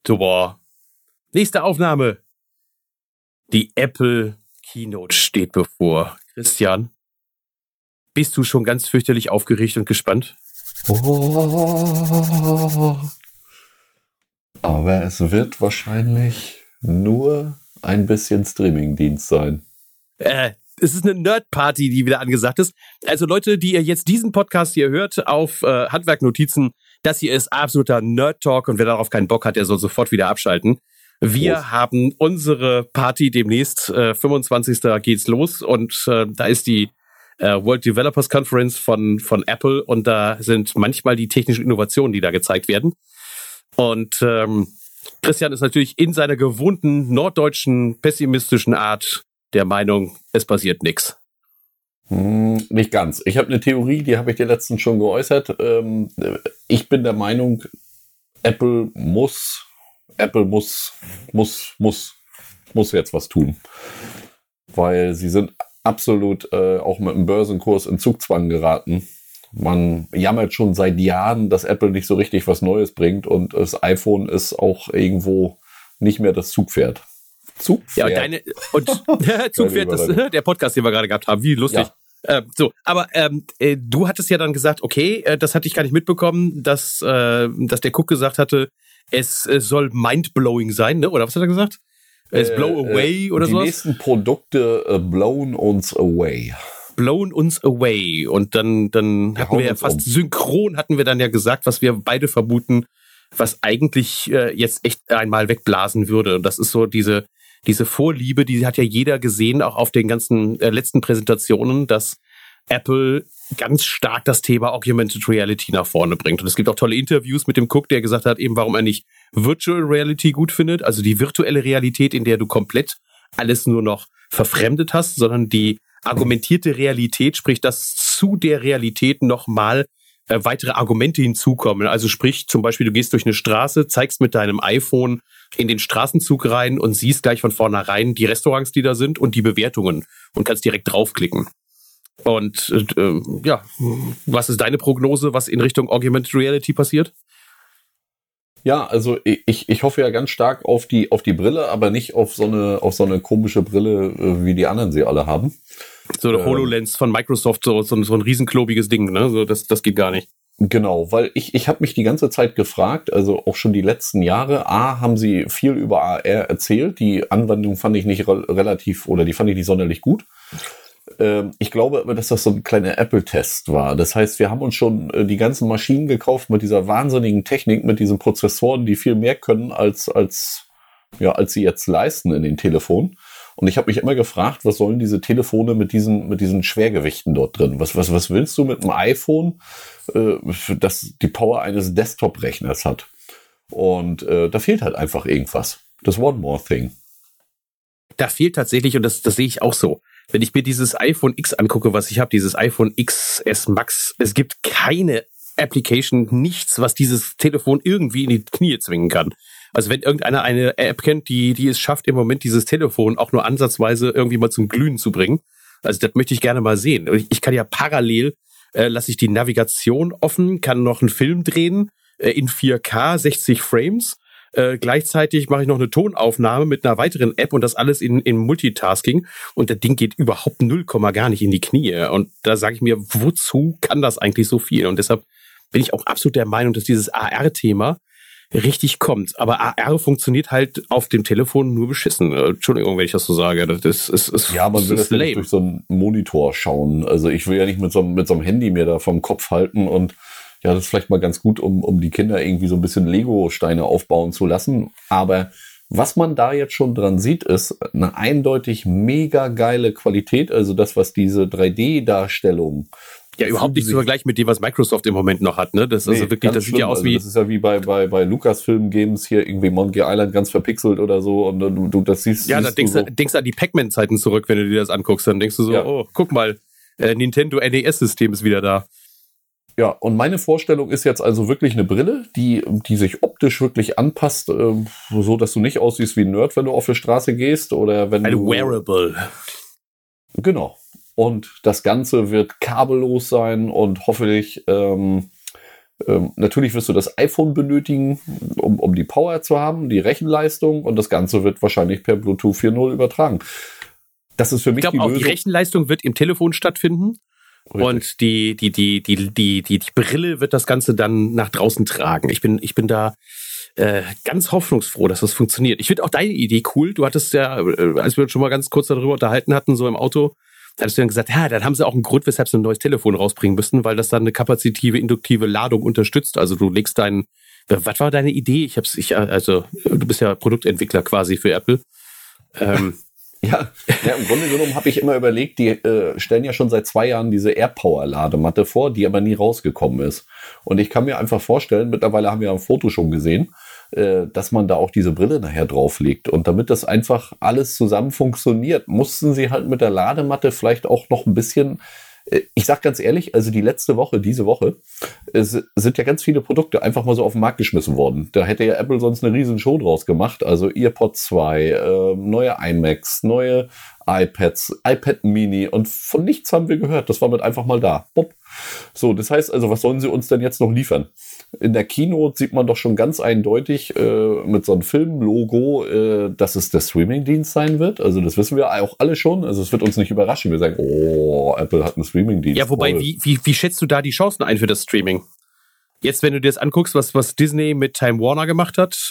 Boah. Nächste Aufnahme. Die Apple Keynote steht bevor. Christian, bist du schon ganz fürchterlich aufgeregt und gespannt? Oh. Aber es wird wahrscheinlich nur ein bisschen Streamingdienst sein. Es ist eine Nerd-Party, die wieder angesagt ist. Also Leute, die ihr jetzt diesen Podcast hier hört auf Handwerknotizen, das hier ist absoluter Nerd-Talk und wer darauf keinen Bock hat, der soll sofort wieder abschalten. Wir haben unsere Party demnächst, 25. geht's los und da ist die World Developers Conference von Apple und da sind manchmal die technischen Innovationen, die da gezeigt werden. Und Christian ist natürlich in seiner gewohnten norddeutschen pessimistischen Art der Meinung, es passiert nichts. Nicht ganz. Ich habe eine Theorie, die habe ich dir letztens schon geäußert. Ich bin der Meinung, Apple muss jetzt was tun. Weil sie sind absolut auch mit dem Börsenkurs in Zugzwang geraten. Man jammert schon seit Jahren, dass Apple nicht so richtig was Neues bringt und das iPhone ist auch irgendwo nicht mehr das Zugpferd. Ja, Zugpferd, der Podcast, den wir gerade gehabt haben, wie lustig. Ja. Du hattest ja dann gesagt, okay, das hatte ich gar nicht mitbekommen, dass der Cook gesagt hatte, es soll mindblowing sein, ne? Oder was hat er gesagt? Es blow away oder sowas? Die nächsten Produkte blown uns away. Blown uns away. Und dann hatten wir ja fast synchron, hatten wir dann ja gesagt, was wir beide vermuten, was eigentlich jetzt echt einmal wegblasen würde. Und das ist so diese Vorliebe, die hat ja jeder gesehen, auch auf den ganzen letzten Präsentationen, dass Apple ganz stark das Thema Augmented Reality nach vorne bringt. Und es gibt auch tolle Interviews mit dem Cook, der gesagt hat, eben warum er nicht Virtual Reality gut findet, also die virtuelle Realität, in der du komplett alles nur noch verfremdet hast, sondern die argumentierte Realität, sprich, dass zu der Realität nochmal weitere Argumente hinzukommen. Also sprich, zum Beispiel, du gehst durch eine Straße, zeigst mit deinem iPhone in den Straßenzug rein und siehst gleich von vornherein die Restaurants, die da sind und die Bewertungen und kannst direkt draufklicken. Und was ist deine Prognose, was in Richtung Augmented Reality passiert? Ja, also ich hoffe ja ganz stark auf die Brille, aber nicht auf so eine komische Brille, wie die anderen sie alle haben. So eine HoloLens von Microsoft, so ein riesenklobiges Ding, ne? So, das geht gar nicht. Genau, weil ich habe mich die ganze Zeit gefragt, also auch schon die letzten Jahre, haben sie viel über AR erzählt, die Anwendung fand ich nicht die fand ich nicht sonderlich gut. Ich glaube aber, dass das so ein kleiner Apple-Test war. Das heißt, wir haben uns schon die ganzen Maschinen gekauft mit dieser wahnsinnigen Technik, mit diesen Prozessoren, die viel mehr können, als sie jetzt leisten in den Telefonen. Und ich habe mich immer gefragt, was sollen diese Telefone mit diesen Schwergewichten dort drin? Was willst du mit einem iPhone, das die Power eines Desktop-Rechners hat? Und da fehlt halt einfach irgendwas. Das One More Thing. Da fehlt tatsächlich, und das sehe ich auch so, wenn ich mir dieses iPhone X angucke, was ich habe, dieses iPhone XS Max, es gibt keine Application, nichts, was dieses Telefon irgendwie in die Knie zwingen kann. Also wenn irgendeiner eine App kennt, die es schafft, im Moment dieses Telefon auch nur ansatzweise irgendwie mal zum Glühen zu bringen, also das möchte ich gerne mal sehen. Ich kann ja parallel, lasse ich die Navigation offen, kann noch einen Film drehen, in 4K, 60 Frames, gleichzeitig mache ich noch eine Tonaufnahme mit einer weiteren App und das alles in Multitasking und das Ding geht überhaupt gar nicht in die Knie und da sage ich mir, wozu kann das eigentlich so viel? Und deshalb bin ich auch absolut der Meinung, dass dieses AR-Thema richtig kommt. Aber AR funktioniert halt auf dem Telefon nur beschissen. Entschuldigung, wenn ich das so sage. Das ist ja, man will das ja nicht durch so einen Monitor schauen. Also ich will ja nicht mit so einem Handy mir da vom Kopf halten und ja, das ist vielleicht mal ganz gut, um die Kinder irgendwie so ein bisschen Lego-Steine aufbauen zu lassen. Aber was man da jetzt schon dran sieht, ist eine eindeutig mega geile Qualität. Also das, was diese 3D-Darstellung ja überhaupt nicht zu vergleichen mit dem, was Microsoft im Moment noch hat, ne? Das ist also wirklich, das sieht ja aus wie. Das ist ja wie bei Lucasfilm-Games hier irgendwie Monkey Island ganz verpixelt oder so und du das siehst. Ja, da denkst du an die Pac-Man-Zeiten zurück, wenn du dir das anguckst. Dann denkst du so, oh, guck mal, Nintendo NES-System ist wieder da. Ja, und meine Vorstellung ist jetzt also wirklich eine Brille, die sich optisch wirklich anpasst, so dass du nicht aussiehst wie ein Nerd, wenn du auf die Straße gehst oder wenn eine Wearable. Genau. Und das Ganze wird kabellos sein und hoffentlich, natürlich wirst du das iPhone benötigen, um die Power zu haben, die Rechenleistung, und das Ganze wird wahrscheinlich per Bluetooth 4.0 übertragen. Das ist für mich die Lösung. Die Rechenleistung wird im Telefon stattfinden. Richtig. Und die Brille wird das Ganze dann nach draußen tragen. Ich bin da ganz hoffnungsfroh, dass das funktioniert. Ich finde auch deine Idee cool. Du hattest ja, als wir uns schon mal ganz kurz darüber unterhalten hatten, so im Auto, hattest du dann gesagt, ja, dann haben sie auch einen Grund, weshalb sie ein neues Telefon rausbringen müssen, weil das dann eine kapazitive, induktive Ladung unterstützt. Also du legst was war deine Idee? Also du bist ja Produktentwickler quasi für Apple. Ja, im Grunde genommen habe ich immer überlegt, die stellen ja schon seit 2 Jahren diese AirPower-Ladematte vor, die aber nie rausgekommen ist. Und ich kann mir einfach vorstellen, mittlerweile haben wir ein Foto schon gesehen, dass man da auch diese Brille nachher drauflegt. Und damit das einfach alles zusammen funktioniert, mussten sie halt mit der Ladematte vielleicht auch noch ein bisschen... Ich sag ganz ehrlich, also diese Woche, sind ja ganz viele Produkte einfach mal so auf den Markt geschmissen worden. Da hätte ja Apple sonst eine riesen Show draus gemacht. Also EarPods 2, neue iMacs, neue iPads, iPad Mini, und von nichts haben wir gehört. Das war mit einfach mal da. Bob. So, das heißt also, was sollen sie uns denn jetzt noch liefern? In der Keynote sieht man doch schon ganz eindeutig mit so einem Filmlogo, dass es der Streamingdienst sein wird. Also das wissen wir auch alle schon. Also es wird uns nicht überraschen. Wir sagen, oh, Apple hat einen Streamingdienst. Ja, wobei, wie schätzt du da die Chancen ein für das Streaming? Jetzt, wenn du dir das anguckst, was Disney mit Time Warner gemacht hat,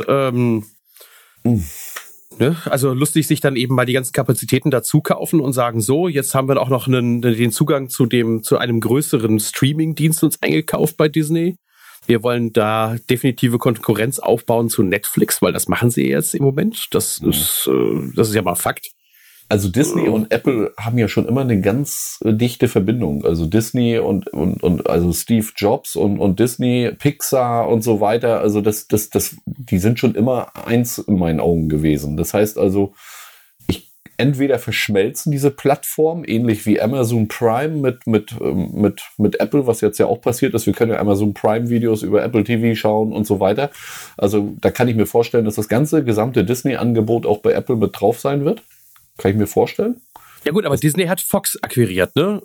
ne? Also lustig, sich dann eben mal die ganzen Kapazitäten dazu kaufen und sagen, so, jetzt haben wir auch noch den Zugang zu einem größeren Streaming-Dienst uns eingekauft bei Disney. Wir wollen da definitive Konkurrenz aufbauen zu Netflix, weil das machen sie jetzt im Moment. Das ist ja mal Fakt. Also Disney und Apple haben ja schon immer eine ganz dichte Verbindung. Also Disney und also Steve Jobs und Disney, Pixar und so weiter. Also die sind schon immer eins in meinen Augen gewesen. Das heißt also, entweder verschmelzen diese Plattformen, ähnlich wie Amazon Prime mit Apple, was jetzt ja auch passiert ist. Wir können ja Amazon Prime Videos über Apple TV schauen und so weiter. Also da kann ich mir vorstellen, dass das gesamte Disney-Angebot auch bei Apple mit drauf sein wird. Kann ich mir vorstellen. Ja gut, aber Disney hat Fox akquiriert, ne?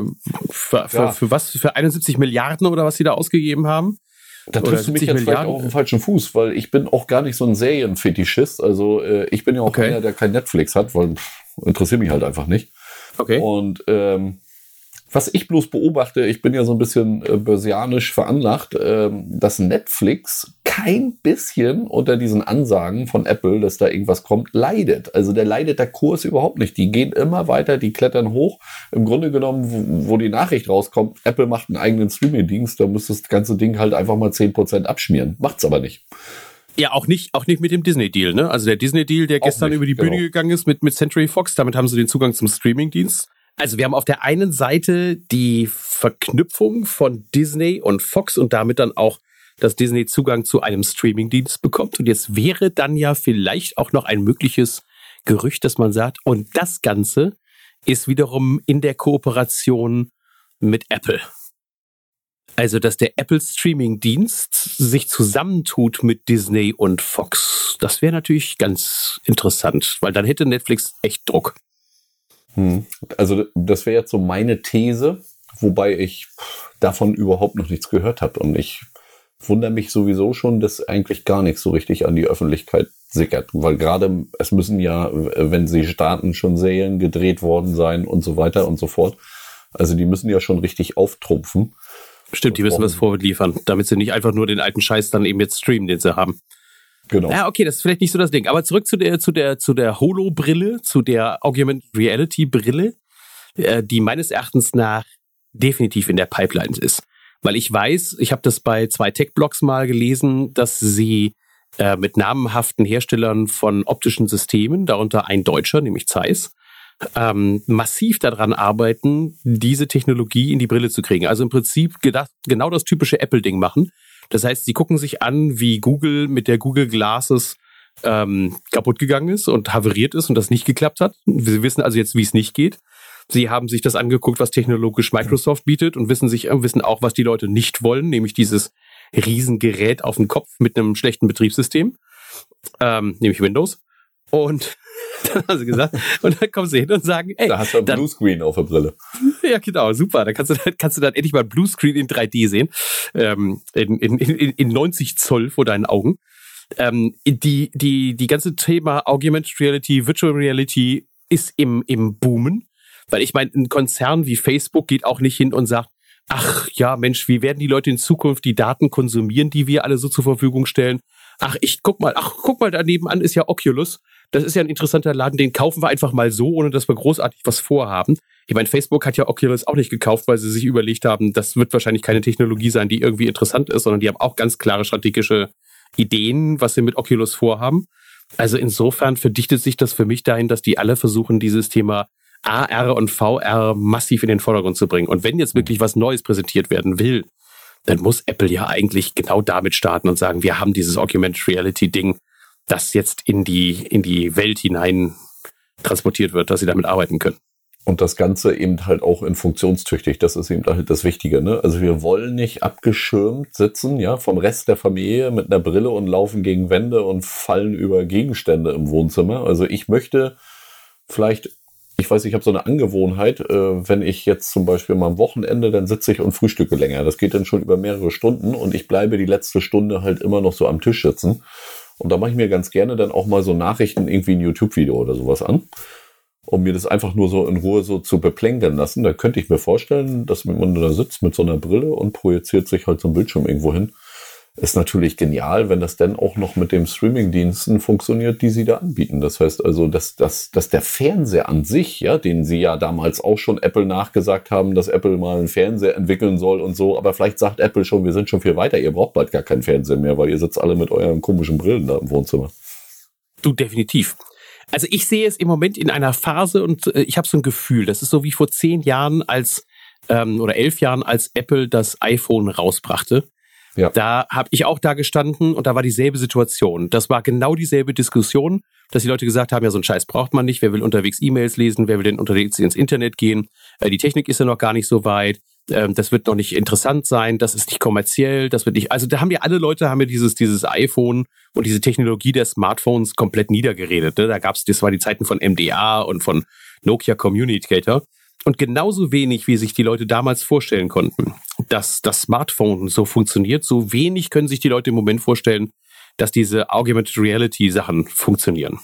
Für was? Für 71 Milliarden oder was sie da ausgegeben haben? Da triffst du mich jetzt vielleicht auch auf den falschen Fuß, weil ich bin auch gar nicht so ein Serienfetischist. Also ich bin ja auch keiner, der kein Netflix hat, weil interessiert mich halt einfach nicht. Okay. Und was ich bloß beobachte, ich bin ja so ein bisschen börsianisch veranlagt, dass Netflix kein bisschen unter diesen Ansagen von Apple, dass da irgendwas kommt, leidet. Also der leidet der Kurs überhaupt nicht. Die gehen immer weiter, die klettern hoch. Im Grunde genommen, wo die Nachricht rauskommt, Apple macht einen eigenen Streaming-Dienst, da muss das ganze Ding halt einfach mal 10% abschmieren. Macht's aber nicht. Ja, auch nicht mit dem Disney-Deal, ne? Also der Disney-Deal, der gestern über die Bühne gegangen ist mit Century Fox, damit haben sie den Zugang zum Streaming-Dienst. Also wir haben auf der einen Seite die Verknüpfung von Disney und Fox und damit dann auch, dass Disney Zugang zu einem Streamingdienst bekommt. Und jetzt wäre dann ja vielleicht auch noch ein mögliches Gerücht, dass man sagt, und das Ganze ist wiederum in der Kooperation mit Apple. Also, dass der Apple Streamingdienst sich zusammentut mit Disney und Fox. Das wäre natürlich ganz interessant, weil dann hätte Netflix echt Druck. Also das wäre jetzt so meine These, wobei ich davon überhaupt noch nichts gehört habe. Und ich wundere mich sowieso schon, dass eigentlich gar nichts so richtig an die Öffentlichkeit sickert. Weil gerade es müssen ja, wenn sie starten, schon Serien gedreht worden sein und so weiter und so fort. Also die müssen ja schon richtig auftrumpfen. Stimmt, die müssen was vorliefern, damit sie nicht einfach nur den alten Scheiß dann eben jetzt streamen, den sie haben. Genau. Ja, okay, das ist vielleicht nicht so das Ding. Aber zurück zu der Holo-Brille, zu der Augmented Reality-Brille, die meines Erachtens nach definitiv in der Pipeline ist. Weil ich weiß, ich habe das bei 2 Tech-Blogs mal gelesen, dass sie mit namenhaften Herstellern von optischen Systemen, darunter ein Deutscher, nämlich Zeiss, massiv daran arbeiten, diese Technologie in die Brille zu kriegen. Also im Prinzip genau das typische Apple-Ding machen. Das heißt, sie gucken sich an, wie Google mit der Google Glasses kaputt gegangen ist und haveriert ist und das nicht geklappt hat. Sie wissen also jetzt, wie es nicht geht. Sie haben sich das angeguckt, was technologisch Microsoft bietet und wissen auch, was die Leute nicht wollen, nämlich dieses Riesengerät auf dem Kopf mit einem schlechten Betriebssystem, nämlich Windows. Und dann haben sie gesagt, und dann kommen sie hin und sagen, ey, da hast du ein Bluescreen auf der Brille. Ja, genau, super. Da kannst du dann endlich mal Bluescreen in 3D sehen, in 90 Zoll vor deinen Augen. Die ganze Thema Augmented Reality, Virtual Reality ist im Boomen. Weil ich meine, ein Konzern wie Facebook geht auch nicht hin und sagt, ach ja, Mensch, wie werden die Leute in Zukunft die Daten konsumieren, die wir alle so zur Verfügung stellen? Guck mal, da nebenan ist ja Oculus. Das ist ja ein interessanter Laden, den kaufen wir einfach mal so, ohne dass wir großartig was vorhaben. Ich meine, Facebook hat ja Oculus auch nicht gekauft, weil sie sich überlegt haben, das wird wahrscheinlich keine Technologie sein, die irgendwie interessant ist, sondern die haben auch ganz klare strategische Ideen, was sie mit Oculus vorhaben. Also insofern verdichtet sich das für mich dahin, dass die alle versuchen, dieses Thema AR und VR massiv in den Vordergrund zu bringen. Und wenn jetzt wirklich was Neues präsentiert werden will, dann muss Apple ja eigentlich genau damit starten und sagen, wir haben dieses Augmented Reality Ding, das jetzt in die Welt hinein transportiert wird, dass sie damit arbeiten können. Und das Ganze eben halt auch in funktionstüchtig, das ist eben halt das Wichtige, ne? Also wir wollen nicht abgeschirmt sitzen, ja, vom Rest der Familie mit einer Brille und laufen gegen Wände und fallen über Gegenstände im Wohnzimmer. Also ich möchte vielleicht, ich weiß, ich habe so eine Angewohnheit, wenn ich jetzt zum Beispiel mal am Wochenende, dann sitze ich und frühstücke länger. Das geht dann schon über mehrere Stunden und ich bleibe die letzte Stunde halt immer noch so am Tisch sitzen. Und da mache ich mir ganz gerne dann auch mal so Nachrichten, irgendwie ein YouTube-Video oder sowas an, um mir das einfach nur so in Ruhe so zu beplänkeln lassen. Da könnte ich mir vorstellen, dass man da sitzt mit so einer Brille und projiziert sich halt so ein Bildschirm irgendwo hin. Ist natürlich genial, wenn das dann auch noch mit den Streaming-Diensten funktioniert, die sie da anbieten. Das heißt also, dass der Fernseher an sich, ja, den sie ja damals auch schon Apple nachgesagt haben, dass Apple mal einen Fernseher entwickeln soll und so, aber vielleicht sagt Apple schon, wir sind schon viel weiter, ihr braucht bald gar keinen Fernseher mehr, weil ihr sitzt alle mit euren komischen Brillen da im Wohnzimmer. Du, definitiv. Also ich sehe es im Moment in einer Phase und ich habe so ein Gefühl, das ist so wie vor 10 Jahren oder 11 Jahren, als Apple das iPhone rausbrachte. Ja. Da habe ich auch da gestanden und da war dieselbe Situation. Das war genau dieselbe Diskussion, dass die Leute gesagt haben, ja, so einen Scheiß braucht man nicht. Wer will unterwegs E-Mails lesen? Wer will denn unterwegs ins Internet gehen? Die Technik ist ja noch gar nicht so weit. Das wird noch nicht interessant sein. Das ist nicht kommerziell. Das wird nicht. Also da haben ja alle Leute dieses iPhone und diese Technologie der Smartphones komplett niedergeredet. Ne? Das war die Zeiten von MDA und von Nokia Communicator. Und genauso wenig, wie sich die Leute damals vorstellen konnten, dass das Smartphone so funktioniert, so wenig können sich die Leute im Moment vorstellen, dass diese Augmented Reality Sachen funktionieren.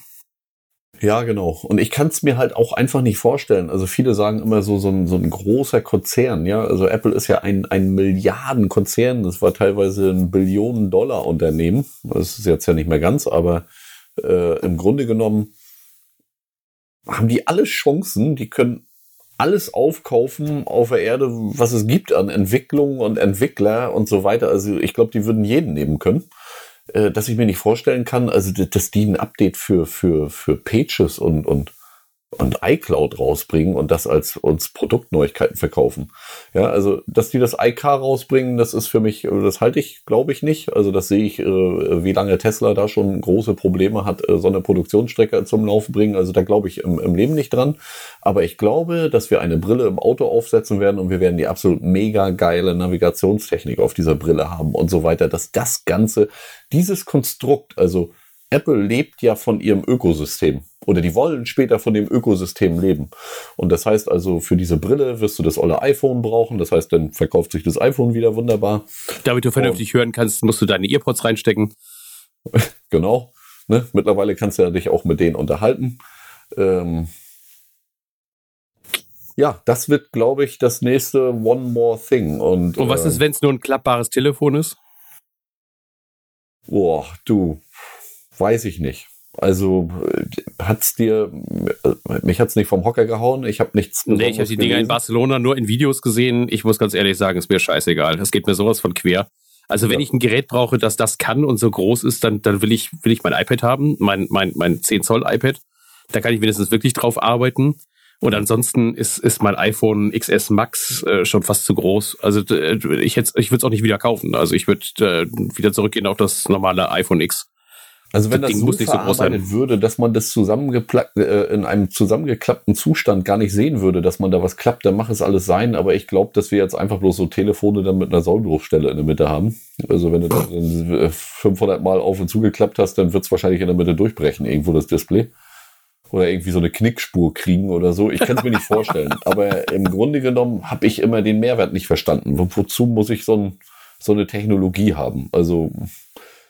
Ja, genau. Und ich kann es mir halt auch einfach nicht vorstellen. Also viele sagen immer so ein großer Konzern, ja. Also Apple ist ja ein Milliardenkonzern. Das war teilweise ein Billionen-Dollar-Unternehmen. Das ist jetzt ja nicht mehr ganz, aber im Grunde genommen haben die alle Chancen, die können alles aufkaufen auf der Erde, was es gibt an Entwicklung und Entwickler und so weiter. Also ich glaube, die würden jeden nehmen können. Dass ich mir nicht vorstellen kann, also dass die ein Update für Pages und iCloud rausbringen und das als Produktneuigkeiten verkaufen. Ja, also dass die das iCar rausbringen, das ist für mich, das halte ich, glaube ich, nicht. Also das sehe ich, wie lange Tesla da schon große Probleme hat, so eine Produktionsstrecke zum Laufen bringen. Also da glaube ich im Leben nicht dran. Aber ich glaube, dass wir eine Brille im Auto aufsetzen werden und wir werden die absolut mega geile Navigationstechnik auf dieser Brille haben und so weiter. Dass das Ganze, dieses Konstrukt, also Apple lebt ja von ihrem Ökosystem oder die wollen später von dem Ökosystem leben. Und das heißt also, für diese Brille wirst du das olle iPhone brauchen. Das heißt, dann verkauft sich das iPhone wieder wunderbar. Damit du vernünftig hören kannst, musst du deine Earpods reinstecken. Genau. Ne? Mittlerweile kannst du ja dich auch mit denen unterhalten. Ja, das wird, glaube ich, das nächste One More Thing. Und was ist, wenn es nur ein klappbares Telefon ist? Boah, du, weiß ich nicht. Also mich hat's nicht vom Hocker gehauen. Ich habe nichts Besonderes ich habe die Dinger in Barcelona nur in Videos gesehen. Ich muss ganz ehrlich sagen, ist mir scheißegal. Das geht mir sowas von quer. Also wenn ich ein Gerät brauche, das kann und so groß ist, dann will ich mein iPad haben, mein 10 Zoll iPad. Da kann ich wenigstens wirklich drauf arbeiten. Und ansonsten ist mein iPhone XS Max schon fast zu groß. Also ich würde es auch nicht wieder kaufen. Also ich würde wieder zurückgehen auf das normale iPhone X. Also wenn das so verarbeitet würde, dass man das in einem zusammengeklappten Zustand gar nicht sehen würde, dass man da was klappt, dann mach es alles sein. Aber ich glaube, dass wir jetzt einfach bloß so Telefone dann mit einer Sollbruchstelle in der Mitte haben. Also wenn du dann 500 Mal auf und zugeklappt hast, dann wird es wahrscheinlich in der Mitte durchbrechen, irgendwo das Display. Oder irgendwie so eine Knickspur kriegen oder so. Ich kann es mir nicht vorstellen. Aber im Grunde genommen habe ich immer den Mehrwert nicht verstanden. Wozu muss ich so eine Technologie haben? Also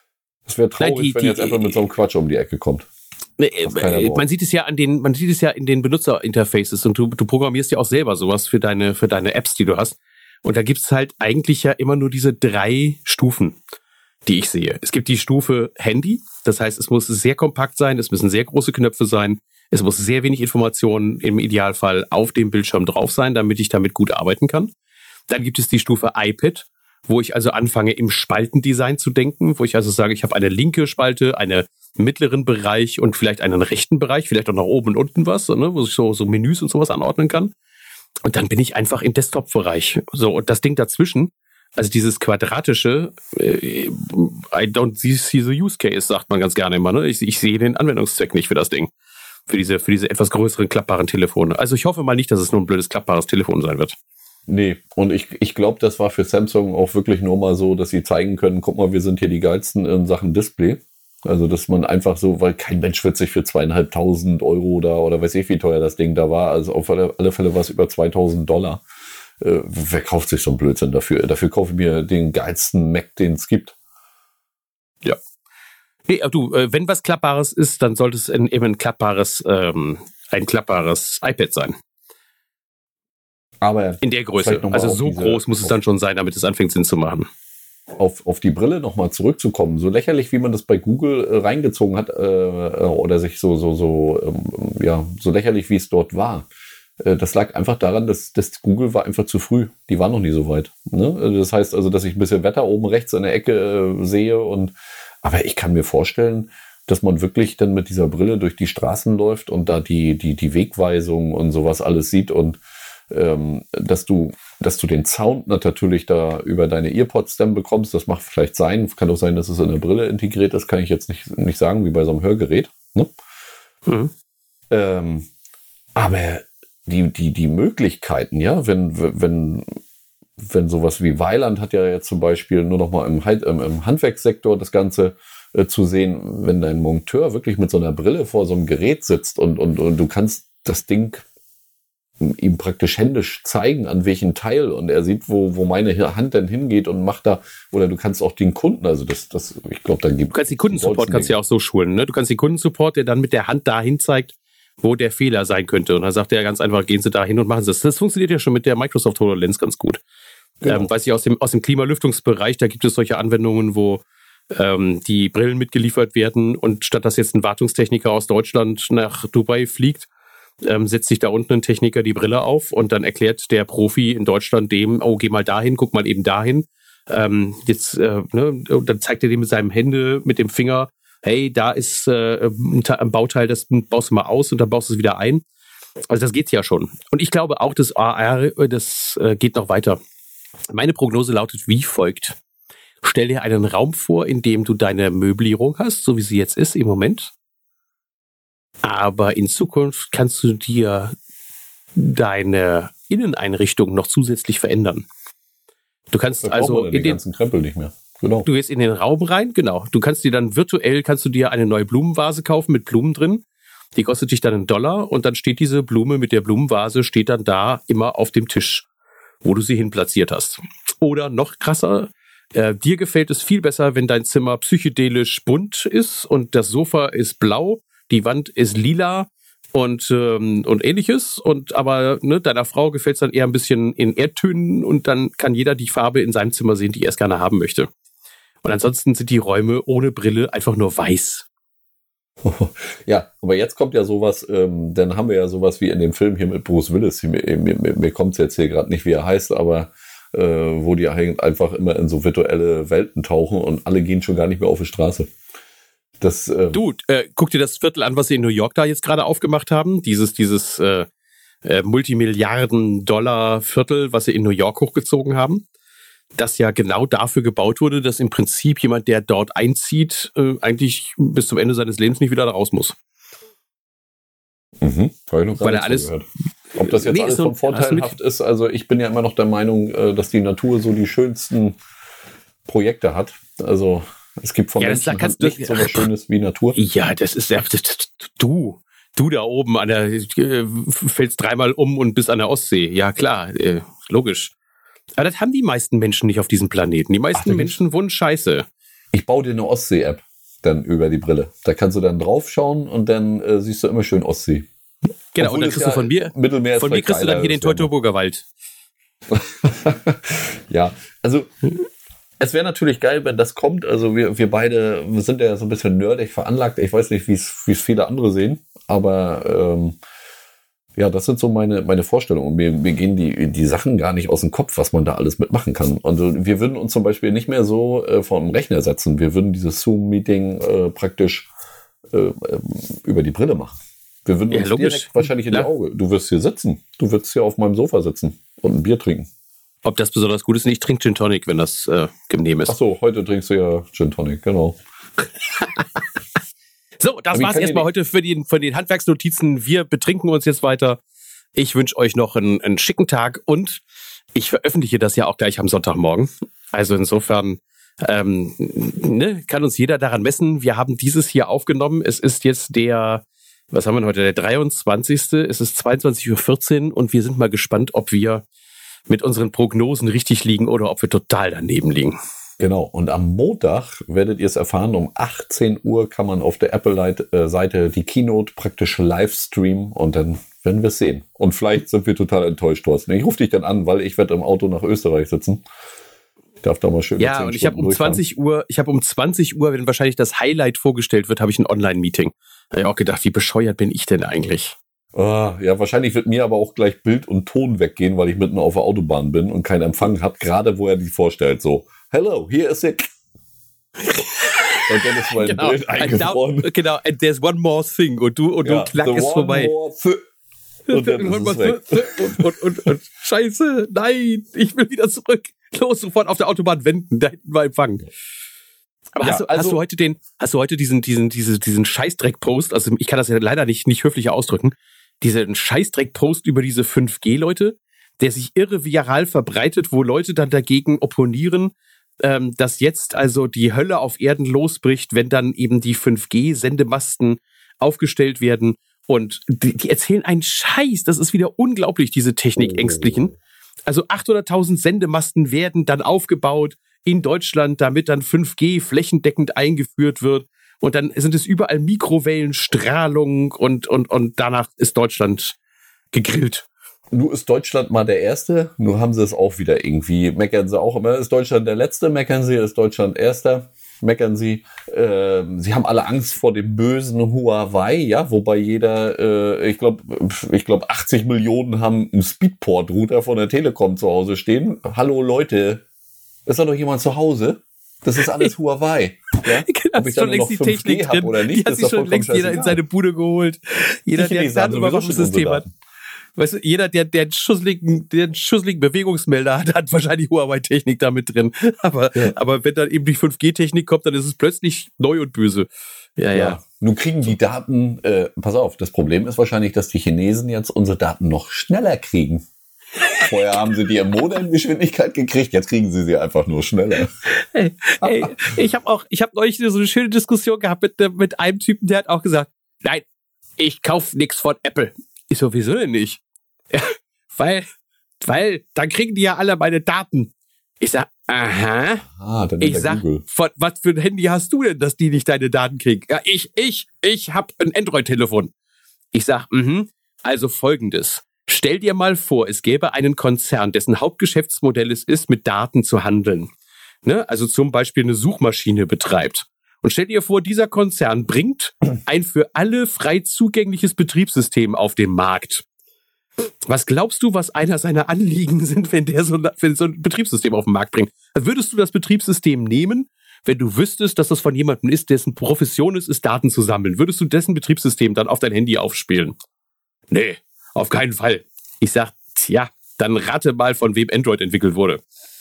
Es wäre traurig, wenn jetzt Apple mit so einem Quatsch um die Ecke kommt. Man sieht es ja in den Benutzerinterfaces und du programmierst ja auch selber sowas für deine Apps, die du hast. Und da gibt's halt eigentlich ja immer nur diese 3 Stufen, die ich sehe. Es gibt die Stufe Handy, das heißt, es muss sehr kompakt sein, es müssen sehr große Knöpfe sein, es muss sehr wenig Informationen im Idealfall auf dem Bildschirm drauf sein, damit ich damit gut arbeiten kann. Dann gibt es die Stufe iPad, wo ich also anfange, im Spaltendesign zu denken, wo ich also sage, ich habe eine linke Spalte, einen mittleren Bereich und vielleicht einen rechten Bereich, vielleicht auch noch oben und unten was, ne, wo ich so Menüs und sowas anordnen kann. Und dann bin ich einfach im Desktop-Bereich. So, und das Ding dazwischen, also dieses quadratische, I don't see the use case, sagt man ganz gerne immer, ne? Ich sehe den Anwendungszweck nicht für das Ding. Für diese etwas größeren klappbaren Telefone. Also ich hoffe mal nicht, dass es nur ein blödes klappbares Telefon sein wird. Nee, und ich glaube, das war für Samsung auch wirklich nur mal so, dass sie zeigen können, guck mal, wir sind hier die geilsten in Sachen Display. Also, dass man einfach so, weil kein Mensch wird sich für 2.500 Euro oder weiß ich, wie teuer das Ding da war. Also auf alle Fälle war es über $2.000. Wer kauft sich so einen Blödsinn dafür? Dafür kaufe ich mir den geilsten Mac, den es gibt. Ja. Nee, aber du, wenn was Klappbares ist, dann sollte es eben ein klappbares iPad sein. Aber in der Größe. Also so groß muss es dann schon sein, damit es anfängt, Sinn zu machen. Auf die Brille nochmal zurückzukommen, so lächerlich, wie man das bei Google reingezogen hat, oder sich so lächerlich, wie es dort war. Das lag einfach daran, dass Google war einfach zu früh. Die waren noch nie so weit. Ne? Das heißt also, dass ich ein bisschen Wetter oben rechts in der Ecke sehe aber ich kann mir vorstellen, dass man wirklich dann mit dieser Brille durch die Straßen läuft und da die Wegweisung und sowas alles sieht und dass du den Sound natürlich da über deine EarPods dann bekommst. Das macht vielleicht sein. Kann auch sein, dass es in der Brille integriert ist. Kann ich jetzt nicht sagen, wie bei so einem Hörgerät. Ne? Mhm. Aber die Möglichkeiten, ja, wenn sowas wie Weiland hat ja jetzt zum Beispiel nur noch mal im Handwerkssektor das Ganze zu sehen, wenn dein Monteur wirklich mit so einer Brille vor so einem Gerät sitzt und du kannst das Ding ihm praktisch händisch zeigen, an welchen Teil, und er sieht, wo meine Hand dann hingeht und macht da, oder du kannst auch den Kunden, also ich glaube, dann gibt es. Du kannst die Kundensupport ja auch so schulen, ne? Du kannst die Kundensupport, der dann mit der Hand dahin zeigt, wo der Fehler sein könnte. Und dann sagt er ganz einfach, gehen Sie da hin und machen Sie das. Das funktioniert ja schon mit der Microsoft HoloLens ganz gut. Genau. Weiß ich, aus dem Klimalüftungsbereich, da gibt es solche Anwendungen, wo die Brillen mitgeliefert werden und statt dass jetzt ein Wartungstechniker aus Deutschland nach Dubai fliegt, setzt sich da unten ein Techniker die Brille auf und dann erklärt der Profi in Deutschland dem, oh, geh mal dahin, guck mal eben dahin. Und dann zeigt er dem mit seinem Hände, mit dem Finger, hey, da ist ein Bauteil, das baust du mal aus und dann baust du es wieder ein. Also das geht's ja schon. Und ich glaube auch, das AR, das geht noch weiter. Meine Prognose lautet wie folgt. Stell dir einen Raum vor, in dem du deine Möblierung hast, so wie sie jetzt ist im Moment. Aber in Zukunft kannst du dir deine Inneneinrichtung noch zusätzlich verändern. Du kannst also den ganzen Krempel nicht mehr. Genau. Du gehst in den Raum rein, genau. Du kannst dir dann virtuell eine neue Blumenvase kaufen mit Blumen drin. Die kostet dich dann $1 und dann steht diese Blume mit der Blumenvase steht dann da immer auf dem Tisch, wo du sie hin platziert hast. Oder noch krasser, dir gefällt es viel besser, wenn dein Zimmer psychedelisch bunt ist und das Sofa ist blau, die Wand ist lila und ähnliches. Aber deiner Frau gefällt es dann eher ein bisschen in Erdtönen und dann kann jeder die Farbe in seinem Zimmer sehen, die er es gerne haben möchte. Und ansonsten sind die Räume ohne Brille einfach nur weiß. Ja, aber jetzt kommt ja sowas, dann haben wir ja sowas wie in dem Film hier mit Bruce Willis. Mir kommt es jetzt hier gerade nicht, wie er heißt, aber wo die einfach immer in so virtuelle Welten tauchen und alle gehen schon gar nicht mehr auf die Straße. Guck dir das Viertel an, was sie in New York da jetzt gerade aufgemacht haben. Dieses Multimilliarden-Dollar-Viertel, was sie in New York hochgezogen haben. Das ja genau dafür gebaut wurde, dass im Prinzip jemand, der dort einzieht, eigentlich bis zum Ende seines Lebens nicht wieder da raus muss. Mhm. Weil er alles gehört. Ob das jetzt alles von vorteilhaft ist, also ich bin ja immer noch der Meinung, dass die Natur so die schönsten Projekte hat. Also es gibt von Menschen nicht so was Schönes wie Natur. Ja, das ist du da oben fällst 3-mal um und bist an der Ostsee. Ja klar, logisch. Aber das haben die meisten Menschen nicht auf diesem Planeten. Die meisten Menschen wohnen scheiße. Ich baue dir eine Ostsee-App. dann über die Brille. Da kannst du dann draufschauen und dann siehst du immer schön Ostsee. Genau, und dann kriegst du von mir kriegst du dann hier den Teutoburger Wald. Ja, also es wäre natürlich geil, wenn das kommt. Also wir beide sind ja so ein bisschen nerdig veranlagt. Ich weiß nicht, wie es viele andere sehen, aber ja, das sind so meine Vorstellungen. Und mir gehen die Sachen gar nicht aus dem Kopf, was man da alles mitmachen kann. Also wir würden uns zum Beispiel nicht mehr so vor dem Rechner setzen. Wir würden dieses Zoom-Meeting praktisch über die Brille machen. Wir würden uns direkt wahrscheinlich in die Augen. Du wirst hier sitzen. Du wirst hier auf meinem Sofa sitzen und ein Bier trinken. Ob das besonders gut ist? Ich trinke Gin Tonic, wenn das genehm ist. Ach so, heute trinkst du ja Gin Tonic, genau. So, das war's erstmal heute von den Handwerksnotizen. Wir betrinken uns jetzt weiter. Ich wünsche euch noch einen schicken Tag und ich veröffentliche das ja auch gleich am Sonntagmorgen. Also insofern kann uns jeder daran messen. Wir haben dieses hier aufgenommen. Es ist jetzt was haben wir heute? Der 23. Es ist 22:14 Uhr und wir sind mal gespannt, ob wir mit unseren Prognosen richtig liegen oder ob wir total daneben liegen. Genau, und am Montag werdet ihr es erfahren, um 18 Uhr kann man auf der Apple-Seite die Keynote praktisch live streamen und dann werden wir es sehen. Und vielleicht sind wir total enttäuscht, Thorsten. Ich rufe dich dann an, weil ich werde im Auto nach Österreich sitzen. Ich darf da mal schön. Ja, und ich habe um 20 Uhr, wenn wahrscheinlich das Highlight vorgestellt wird, habe ich ein Online-Meeting. Da habe ich auch gedacht, wie bescheuert bin ich denn eigentlich? Ja, wahrscheinlich wird mir aber auch gleich Bild und Ton weggehen, weil ich mitten auf der Autobahn bin und keinen Empfang habe, gerade wo er die vorstellt. So, hello, here is it. Und dann ist mein Bild eingefroren. Genau, and there's one more thing. Und du klack ist vorbei. Und dann ist es weg. Und Scheiße, nein, ich will wieder zurück. Los, sofort auf der Autobahn wenden, da hinten war Empfang. Aber ja, hast du heute diesen Scheißdreck-Post, also ich kann das ja leider nicht höflicher ausdrücken, diesen Scheißdreck-Post über diese 5G-Leute, der sich irre viral verbreitet, wo Leute dann dagegen opponieren, dass jetzt also die Hölle auf Erden losbricht, wenn dann eben die 5G-Sendemasten aufgestellt werden und die erzählen einen Scheiß, das ist wieder unglaublich, diese Technikängstlichen. Also 800.000 Sendemasten werden dann aufgebaut in Deutschland, damit dann 5G flächendeckend eingeführt wird. Und dann sind es überall Mikrowellenstrahlung und danach ist Deutschland gegrillt. Nun ist Deutschland mal der Erste, nur haben sie es auch wieder irgendwie. Meckern sie auch immer, ist Deutschland der Letzte, meckern sie, ist Deutschland Erster, meckern sie. Sie haben alle Angst vor dem bösen Huawei, ja, wobei jeder, ich glaube 80 Millionen haben einen Speedport-Router von der Telekom zu Hause stehen. Hallo Leute, ist da noch jemand zu Hause? Das ist alles Huawei. Ja? Genau, ob ich dann noch 5G habe oder nicht, die hat sich schon längst jeder in seine Bude geholt. Jeder, der ein Datenüberwachungssystem hat. Weißt du, jeder, der einen schusseligen Bewegungsmelder hat wahrscheinlich Huawei-Technik da mit drin. Aber wenn dann eben die 5G-Technik kommt, dann ist es plötzlich neu und böse. Ja. Nun kriegen die Daten, pass auf, das Problem ist wahrscheinlich, dass die Chinesen jetzt unsere Daten noch schneller kriegen. Vorher haben sie die in Modemgeschwindigkeit gekriegt, jetzt kriegen sie einfach nur schneller. Hey, ich habe neulich so eine schöne Diskussion gehabt mit einem Typen, der hat auch gesagt, nein, ich kaufe nichts von Apple. Ich so, wieso denn nicht? Ja, weil dann kriegen die ja alle meine Daten. Ich sag, aha. Dann ich sag, was für ein Handy hast du denn, dass die nicht deine Daten kriegen? Ja, ich hab ein Android-Telefon. Ich sag, also Folgendes. Stell dir mal vor, es gäbe einen Konzern, dessen Hauptgeschäftsmodell es ist, mit Daten zu handeln. Ne? Also zum Beispiel eine Suchmaschine betreibt. Und stell dir vor, dieser Konzern bringt ein für alle frei zugängliches Betriebssystem auf den Markt. Was glaubst du, was einer seiner Anliegen sind, wenn so ein Betriebssystem auf den Markt bringt? Würdest du das Betriebssystem nehmen, wenn du wüsstest, dass das von jemandem ist, dessen Profession es ist, Daten zu sammeln? Würdest du dessen Betriebssystem dann auf dein Handy aufspielen? Nee, auf keinen Fall. Ich sag, tja, dann rate mal, von wem Android entwickelt wurde.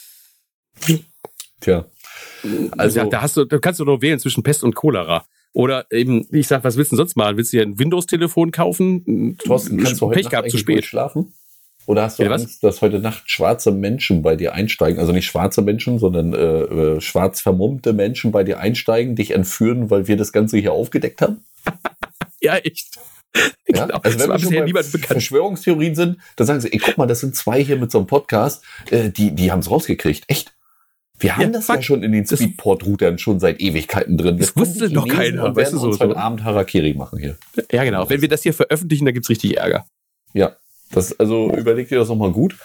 Tja. Also da kannst du nur wählen zwischen Pest und Cholera. Oder eben, ich sag, was willst du denn sonst mal? Willst du dir ein Windows-Telefon kaufen? Thorsten, kannst du heute Pech gehabt, zu spät schlafen? Oder hast du Angst, dass heute Nacht schwarze Menschen bei dir einsteigen? Also nicht schwarze Menschen, sondern schwarz vermummte Menschen bei dir einsteigen, dich entführen, weil wir das Ganze hier aufgedeckt haben? Ja, echt. Ja? Genau. Also wenn wir schon bei Verschwörungstheorien sind, dann sagen sie, ey, guck mal, das sind zwei hier mit so einem Podcast, die haben es rausgekriegt. Echt? Wir haben das ja schon in den Speedport-Routern schon seit Ewigkeiten drin. Das wusste noch keiner. Wir werden uns heute Abend Harakiri machen hier. Ja, genau. Wenn wir das hier veröffentlichen, dann gibt's richtig Ärger. Ja, also überleg dir das nochmal gut.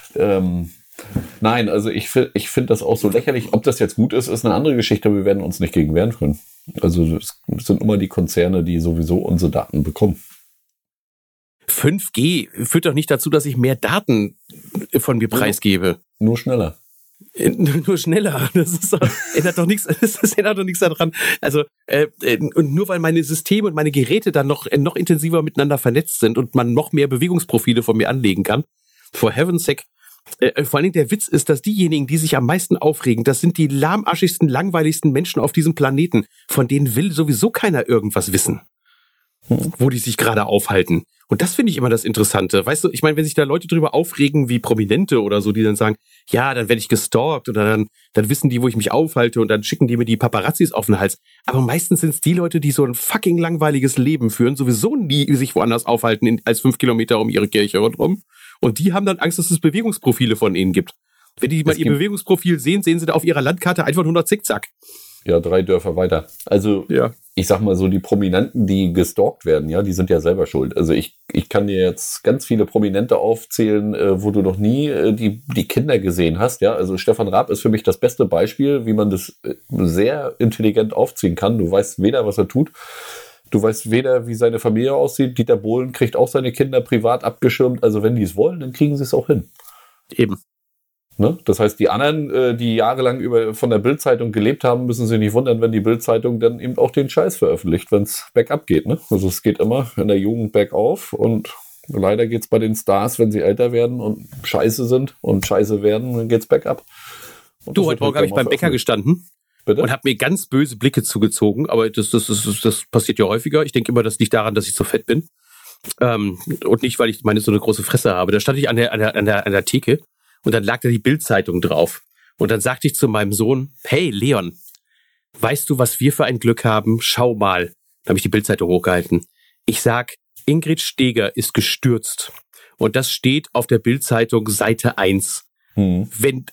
Nein, also ich finde das auch so lächerlich. Ob das jetzt gut ist, ist eine andere Geschichte. Wir werden uns nicht gegen wehren können. Also es sind immer die Konzerne, die sowieso unsere Daten bekommen. 5G führt doch nicht dazu, dass ich mehr Daten von mir preisgebe. Nur schneller. Nur schneller. Ändert doch nichts. Das ändert doch nichts daran. Also und nur weil meine Systeme und meine Geräte dann noch intensiver miteinander vernetzt sind und man noch mehr Bewegungsprofile von mir anlegen kann. For heaven's sake. Vor allen Dingen der Witz ist, dass diejenigen, die sich am meisten aufregen, das sind die lahmarschigsten, langweiligsten Menschen auf diesem Planeten. Von denen will sowieso keiner irgendwas wissen, wo die sich gerade aufhalten. Und das finde ich immer das Interessante. Weißt du, ich meine, wenn sich da Leute drüber aufregen, wie Prominente oder so, die dann sagen, ja, dann werde ich gestalkt oder dann wissen die, wo ich mich aufhalte und dann schicken die mir die Paparazzis auf den Hals. Aber meistens sind es die Leute, die so ein fucking langweiliges Leben führen, sowieso nie sich woanders aufhalten als 5 Kilometer um ihre Kirche rundherum. Und die haben dann Angst, dass es Bewegungsprofile von ihnen gibt. Wenn die mal ihr Bewegungsprofil sehen sie da auf ihrer Landkarte einfach nur noch zickzack. Ja, 3 Dörfer weiter. Also, ja. Ich sag mal so, die Prominenten, die gestalkt werden, ja, die sind ja selber schuld. Also ich kann dir jetzt ganz viele Prominente aufzählen, wo du noch nie die Kinder gesehen hast, ja. Also Stefan Raab ist für mich das beste Beispiel, wie man das sehr intelligent aufziehen kann. Du weißt weder, was er tut. Du weißt weder, wie seine Familie aussieht. Dieter Bohlen kriegt auch seine Kinder privat abgeschirmt. Also wenn die es wollen, dann kriegen sie es auch hin. Eben. Ne? Das heißt, die anderen, die jahrelang von der Bild-Zeitung gelebt haben, müssen sich nicht wundern, wenn die Bild-Zeitung dann eben auch den Scheiß veröffentlicht, wenn es bergab geht. Ne? Also es geht immer in der Jugend bergauf und leider geht es bei den Stars, wenn sie älter werden und scheiße sind und scheiße werden, dann geht es bergab. Und du, heute Morgen habe ich beim Bäcker gestanden. Bitte? Und habe mir ganz böse Blicke zugezogen, aber das passiert ja häufiger. Ich denke immer, das liegt daran, dass ich so fett bin. Und nicht, weil ich so eine große Fresse habe. Da stand ich an der Theke. Und dann lag da die Bild-Zeitung drauf. Und dann sagte ich zu meinem Sohn, hey Leon, weißt du, was wir für ein Glück haben? Schau mal. Dann habe ich die Bild-Zeitung hochgehalten. Ich sag, Ingrid Steeger ist gestürzt. Und das steht auf der Bild-Zeitung Seite 1. Wenn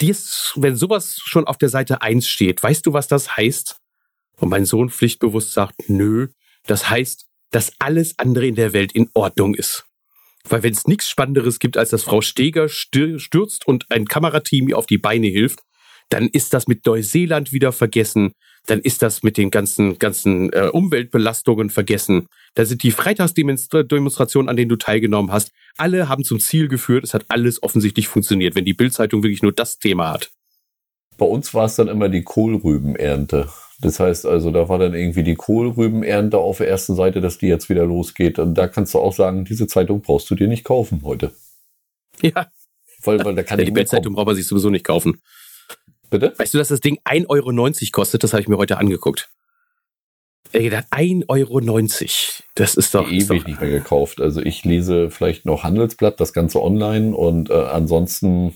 sowas schon auf der Seite 1 steht, weißt du, was das heißt? Und mein Sohn pflichtbewusst sagt, nö, das heißt, dass alles andere in der Welt in Ordnung ist. Weil wenn es nichts Spannenderes gibt, als dass Frau Steeger stürzt und ein Kamerateam ihr auf die Beine hilft, dann ist das mit Neuseeland wieder vergessen. Dann ist das mit den ganzen Umweltbelastungen vergessen. Da sind die Freitagsdemonstrationen, an denen du teilgenommen hast, alle haben zum Ziel geführt. Es hat alles offensichtlich funktioniert, wenn die Bild-Zeitung wirklich nur das Thema hat. Bei uns war es dann immer die Kohlrübenernte. Das heißt also, da war dann irgendwie die Kohlrübenernte auf der ersten Seite, dass die jetzt wieder losgeht. Und da kannst du auch sagen, diese Zeitung brauchst du dir nicht kaufen heute. Ja. Weil da kann die Bild-Zeitung braucht man sich sowieso nicht kaufen. Bitte? Weißt du, dass das Ding 1,90 Euro kostet? Das habe ich mir heute angeguckt. Ich gedacht, 1,90 Euro. Das ist doch... Ewig nicht mehr gekauft. Also ich lese vielleicht noch Handelsblatt, das Ganze online und ansonsten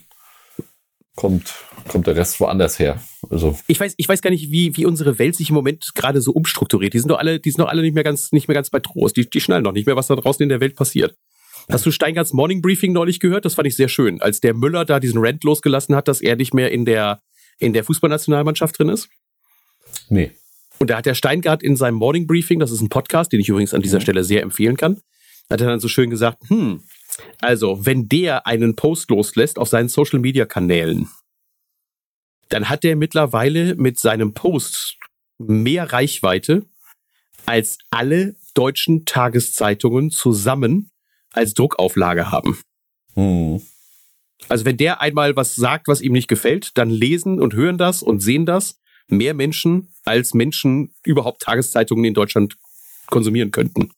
kommt der Rest woanders her. Also ich weiß gar nicht, wie unsere Welt sich im Moment gerade so umstrukturiert. Die sind doch alle nicht mehr ganz bei Trost. Die schnallen noch nicht mehr, was da draußen in der Welt passiert. Hast du Steingarts Morning Briefing neulich gehört? Das fand ich sehr schön. Als der Müller da diesen Rant losgelassen hat, dass er nicht mehr in der Fußballnationalmannschaft drin ist. Nee. Und da hat der Steingart in seinem Morning Briefing, das ist ein Podcast, den ich übrigens an dieser Stelle sehr empfehlen kann, hat er dann so schön gesagt, also wenn der einen Post loslässt auf seinen Social-Media-Kanälen, dann hat der mittlerweile mit seinem Post mehr Reichweite als alle deutschen Tageszeitungen zusammen als Druckauflage haben. Also wenn der einmal was sagt, was ihm nicht gefällt, dann lesen und hören das und sehen das mehr Menschen, als Menschen überhaupt Tageszeitungen in Deutschland konsumieren könnten.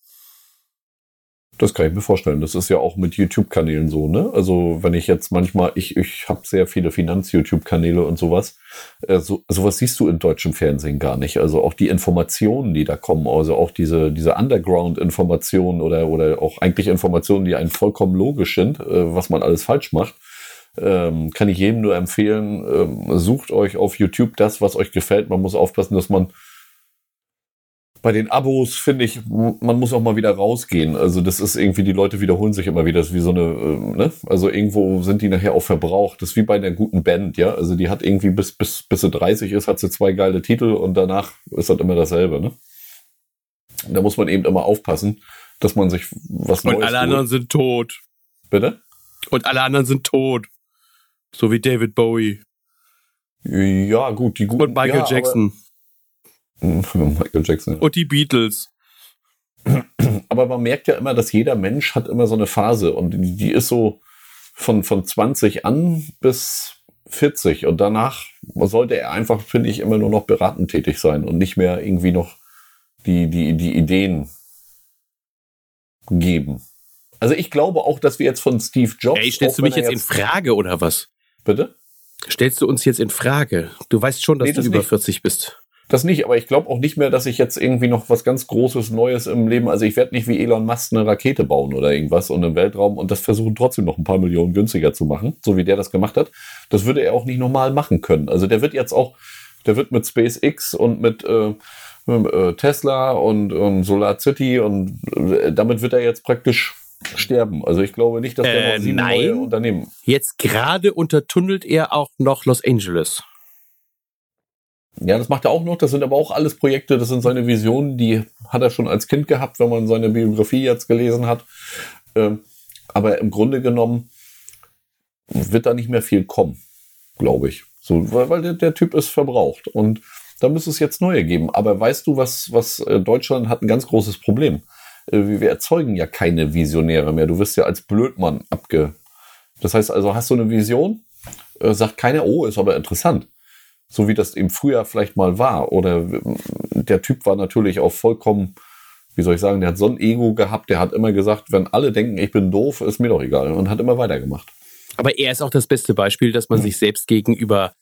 Das kann ich mir vorstellen. Das ist ja auch mit YouTube-Kanälen so, ne? Also wenn ich jetzt manchmal, ich habe sehr viele Finanz-YouTube-Kanäle und sowas. Sowas siehst du in deutschem Fernsehen gar nicht. Also auch die Informationen, die da kommen, also auch diese Underground-Informationen oder auch eigentlich Informationen, die einem vollkommen logisch sind, was man alles falsch macht, kann ich jedem nur empfehlen, sucht euch auf YouTube das, was euch gefällt. Man muss aufpassen, dass man Bei den Abos finde ich, man muss auch mal wieder rausgehen. Also das ist irgendwie, die Leute wiederholen sich immer wieder. Das ist wie so eine, ne? Also irgendwo sind die nachher auch verbraucht. Das ist wie bei einer guten Band, ja. Also die hat irgendwie bis sie 30 ist, hat sie 2 geile Titel und danach ist das immer dasselbe, ne? Da muss man eben immer aufpassen, dass man sich was Neues Und alle anderen sind tot. Bitte? Und alle anderen sind tot. So wie David Bowie. Ja, gut, die guten. Und Michael Jackson. Michael Jackson. Und die Beatles. Aber man merkt ja immer, dass jeder Mensch hat immer so eine Phase und die ist so von 20 an bis 40 und danach sollte er einfach, finde ich, immer nur noch beratend tätig sein und nicht mehr irgendwie noch die Ideen geben. Also ich glaube auch, dass wir jetzt von Steve Jobs... Ey, stellst du mich jetzt in Frage oder was? Bitte? Stellst du uns jetzt in Frage? Du weißt schon, dass du über 40 bist. Das nicht, aber ich glaube auch nicht mehr, dass ich jetzt irgendwie noch was ganz Großes, Neues im Leben, also ich werde nicht wie Elon Musk eine Rakete bauen oder irgendwas und im Weltraum und das versuchen trotzdem noch ein paar Millionen günstiger zu machen, so wie der das gemacht hat. Das würde er auch nicht normal machen können. Also der wird jetzt auch, der wird mit SpaceX und mit Tesla und Solar City und damit wird er jetzt praktisch sterben. Also ich glaube nicht, dass der noch 7 neue Unternehmen... Jetzt gerade untertunnelt er auch noch Los Angeles. Ja, das macht er auch noch. Das sind aber auch alles Projekte, das sind seine Visionen, die hat er schon als Kind gehabt, wenn man seine Biografie jetzt gelesen hat. Aber im Grunde genommen wird da nicht mehr viel kommen, glaube ich. So, weil der Typ ist verbraucht und da müsste es jetzt neue geben. Aber weißt du, was Deutschland hat ein ganz großes Problem? Wir erzeugen ja keine Visionäre mehr. Du wirst ja als Blödmann Das heißt also, hast du eine Vision, sagt keiner, oh, ist aber interessant. So wie das eben früher vielleicht mal war. Oder der Typ war natürlich auch vollkommen, wie soll ich sagen, der hat so ein Ego gehabt, der hat immer gesagt, wenn alle denken, ich bin doof, ist mir doch egal. Und hat immer weitergemacht. Aber er ist auch das beste Beispiel, dass man sich selbst gegenüber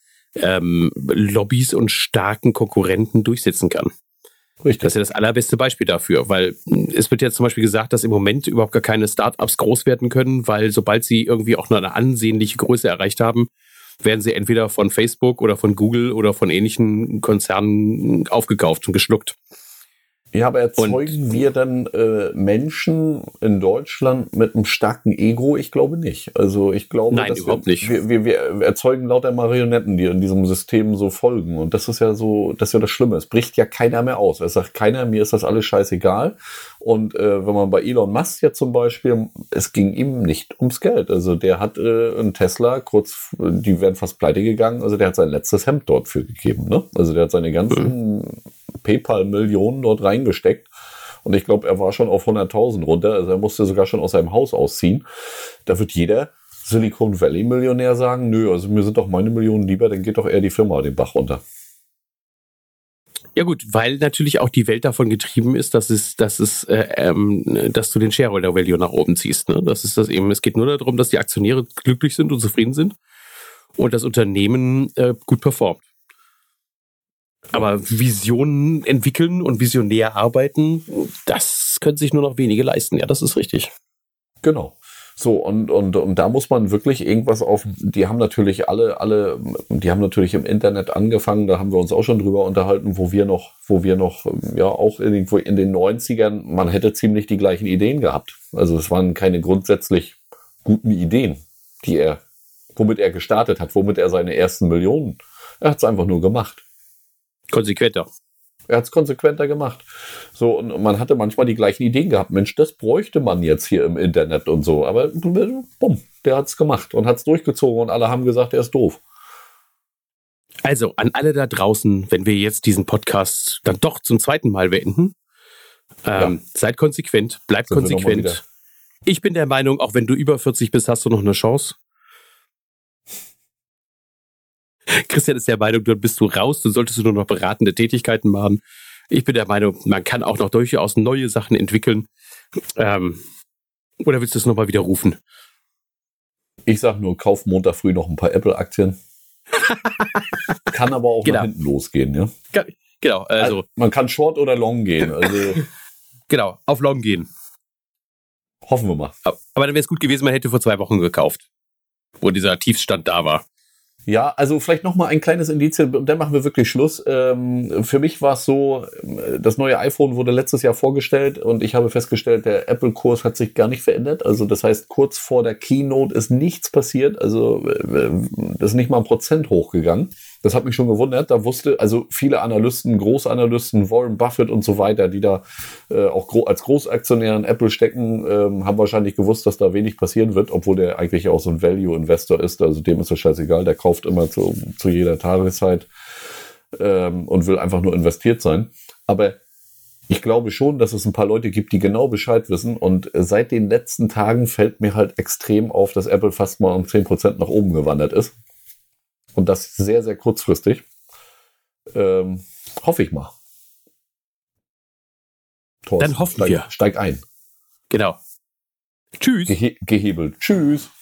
Lobbys und starken Konkurrenten durchsetzen kann. Richtig. Das ist ja das allerbeste Beispiel dafür, weil es wird ja zum Beispiel gesagt, dass im Moment überhaupt gar keine Startups groß werden können, weil sobald sie irgendwie auch nur eine ansehnliche Größe erreicht haben, werden sie entweder von Facebook oder von Google oder von ähnlichen Konzernen aufgekauft und geschluckt. Ja, aber erzeugen wir dann Menschen in Deutschland mit einem starken Ego? Ich glaube nicht. Also ich glaube, nein, überhaupt nicht. Wir erzeugen lauter Marionetten, die in diesem System so folgen. Und das ist ja so, das ist ja das Schlimme. Es bricht ja keiner mehr aus. Es sagt keiner, mir ist das alles scheißegal. Und wenn man bei Elon Musk jetzt zum Beispiel, es ging ihm nicht ums Geld. Also der hat einen Tesla, die wären fast pleite gegangen. Also der hat sein letztes Hemd dort für gegeben. Ne? Also der hat seine ganzen PayPal-Millionen dort reingesteckt. Und ich glaube, er war schon auf 100.000 runter. Also er musste sogar schon aus seinem Haus ausziehen. Da wird jeder Silicon Valley-Millionär sagen, nö, also mir sind doch meine Millionen lieber, dann geht doch eher die Firma den Bach runter. Ja gut, weil natürlich auch die Welt davon getrieben ist, dass du den Shareholder Value nach oben ziehst. Ne? Das ist das eben. Es geht nur darum, dass die Aktionäre glücklich sind und zufrieden sind und das Unternehmen gut performt. Aber Visionen entwickeln und visionär arbeiten, das können sich nur noch wenige leisten. Ja, das ist richtig. Genau. So, und da muss man wirklich irgendwas die haben natürlich die haben natürlich im Internet angefangen, da haben wir uns auch schon drüber unterhalten, wo wir noch, ja, auch irgendwo in den 90ern, man hätte ziemlich die gleichen Ideen gehabt. Also es waren keine grundsätzlich guten Ideen, womit er gestartet hat, womit er seine ersten Millionen, er hat es einfach nur gemacht. Konsequenter. Er hat es konsequenter gemacht. So, und man hatte manchmal die gleichen Ideen gehabt. Mensch, das bräuchte man jetzt hier im Internet und so. Aber bumm, der hat es gemacht und hat es durchgezogen und alle haben gesagt, er ist doof. Also, an alle da draußen, wenn wir jetzt diesen Podcast dann doch zum zweiten Mal beenden, seid konsequent, bleibt konsequent. Ich bin der Meinung, auch wenn du über 40 bist, hast du noch eine Chance. Christian ist der Meinung, dann bist du raus, dann solltest du nur noch beratende Tätigkeiten machen. Ich bin der Meinung, man kann auch noch durchaus neue Sachen entwickeln. Oder willst du es nochmal wieder rufen? Ich sag nur, kauf Montag früh noch ein paar Apple-Aktien. Kann aber auch nach hinten losgehen, ja? Genau. Also man kann Short oder Long gehen. Also genau, auf Long gehen. Hoffen wir mal. Aber dann wäre es gut gewesen, man hätte vor 2 Wochen gekauft, wo dieser Tiefstand da war. Ja, also vielleicht noch mal ein kleines Indizien und dann machen wir wirklich Schluss. Für mich war es so, das neue iPhone wurde letztes Jahr vorgestellt und ich habe festgestellt, der Apple-Kurs hat sich gar nicht verändert. Also das heißt, kurz vor der Keynote ist nichts passiert. Also das ist nicht mal 1% hochgegangen. Das hat mich schon gewundert. Da wusste also viele Analysten, Großanalysten, Warren Buffett und so weiter, die da auch als Großaktionär in Apple stecken, haben wahrscheinlich gewusst, dass da wenig passieren wird, obwohl der eigentlich auch so ein Value-Investor ist. Also dem ist das scheißegal. Der kauft immer zu jeder Tageszeit und will einfach nur investiert sein. Aber ich glaube schon, dass es ein paar Leute gibt, die genau Bescheid wissen. Und seit den letzten Tagen fällt mir halt extrem auf, dass Apple fast mal um 10% nach oben gewandert ist. Und das sehr, sehr kurzfristig. Hoffe ich mal. Thorsten, dann hoffen wir. Steig ein. Genau. Tschüss. Gehebelt. Tschüss.